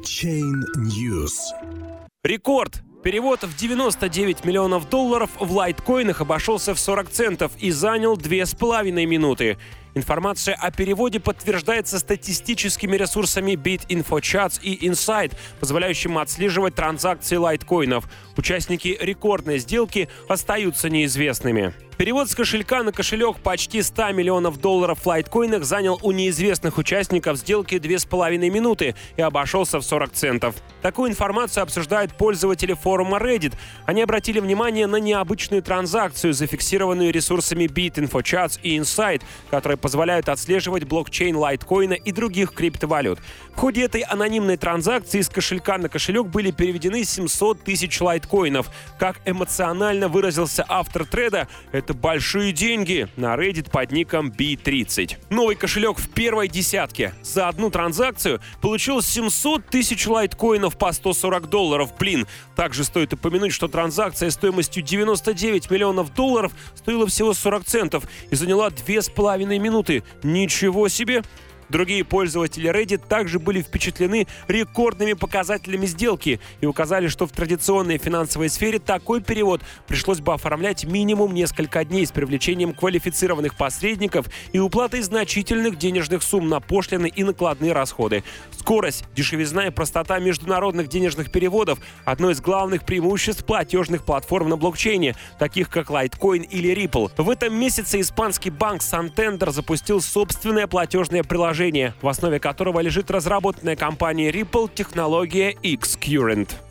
Blockchain News. Рекорд! Перевод в $99 миллионов в лайткоинах обошелся в 40 центов и занял 2,5 минуты. Информация о переводе подтверждается статистическими ресурсами BitInfoCharts и Insight, позволяющими отслеживать транзакции лайткоинов. Участники рекордной сделки остаются неизвестными. Перевод с кошелька на кошелек почти $100 миллионов в лайткоинах занял у неизвестных участников сделки 2,5 минуты и обошелся в 40 центов. Такую информацию обсуждают пользователи форума Reddit. Они обратили внимание на необычную транзакцию, зафиксированную ресурсами BitInfoCharts и Insight, которые позволяют отслеживать блокчейн лайткоина и других криптовалют. В ходе этой анонимной транзакции с кошелька на кошелек были переведены 700 тысяч лайткоинов. Как эмоционально выразился автор треда, это большие деньги на Reddit под ником B30. Новый кошелек в первой десятке. За одну транзакцию получил 700 тысяч лайткоинов по $140. Блин, также стоит упомянуть, что транзакция стоимостью $99 миллионов стоила всего 40 центов и заняла 2,5 минуты. Ничего себе! Другие пользователи Reddit также были впечатлены рекордными показателями сделки и указали, что в традиционной финансовой сфере такой перевод пришлось бы оформлять минимум несколько дней с привлечением квалифицированных посредников и уплатой значительных денежных сумм на пошлины и накладные расходы. Скорость, дешевизна и простота международных денежных переводов – одно из главных преимуществ платежных платформ на блокчейне, таких как Litecoin или Ripple. В этом месяце испанский банк Santander запустил собственное платежное приложение, в основе которого лежит разработанная компанией Ripple технология Xcurrent.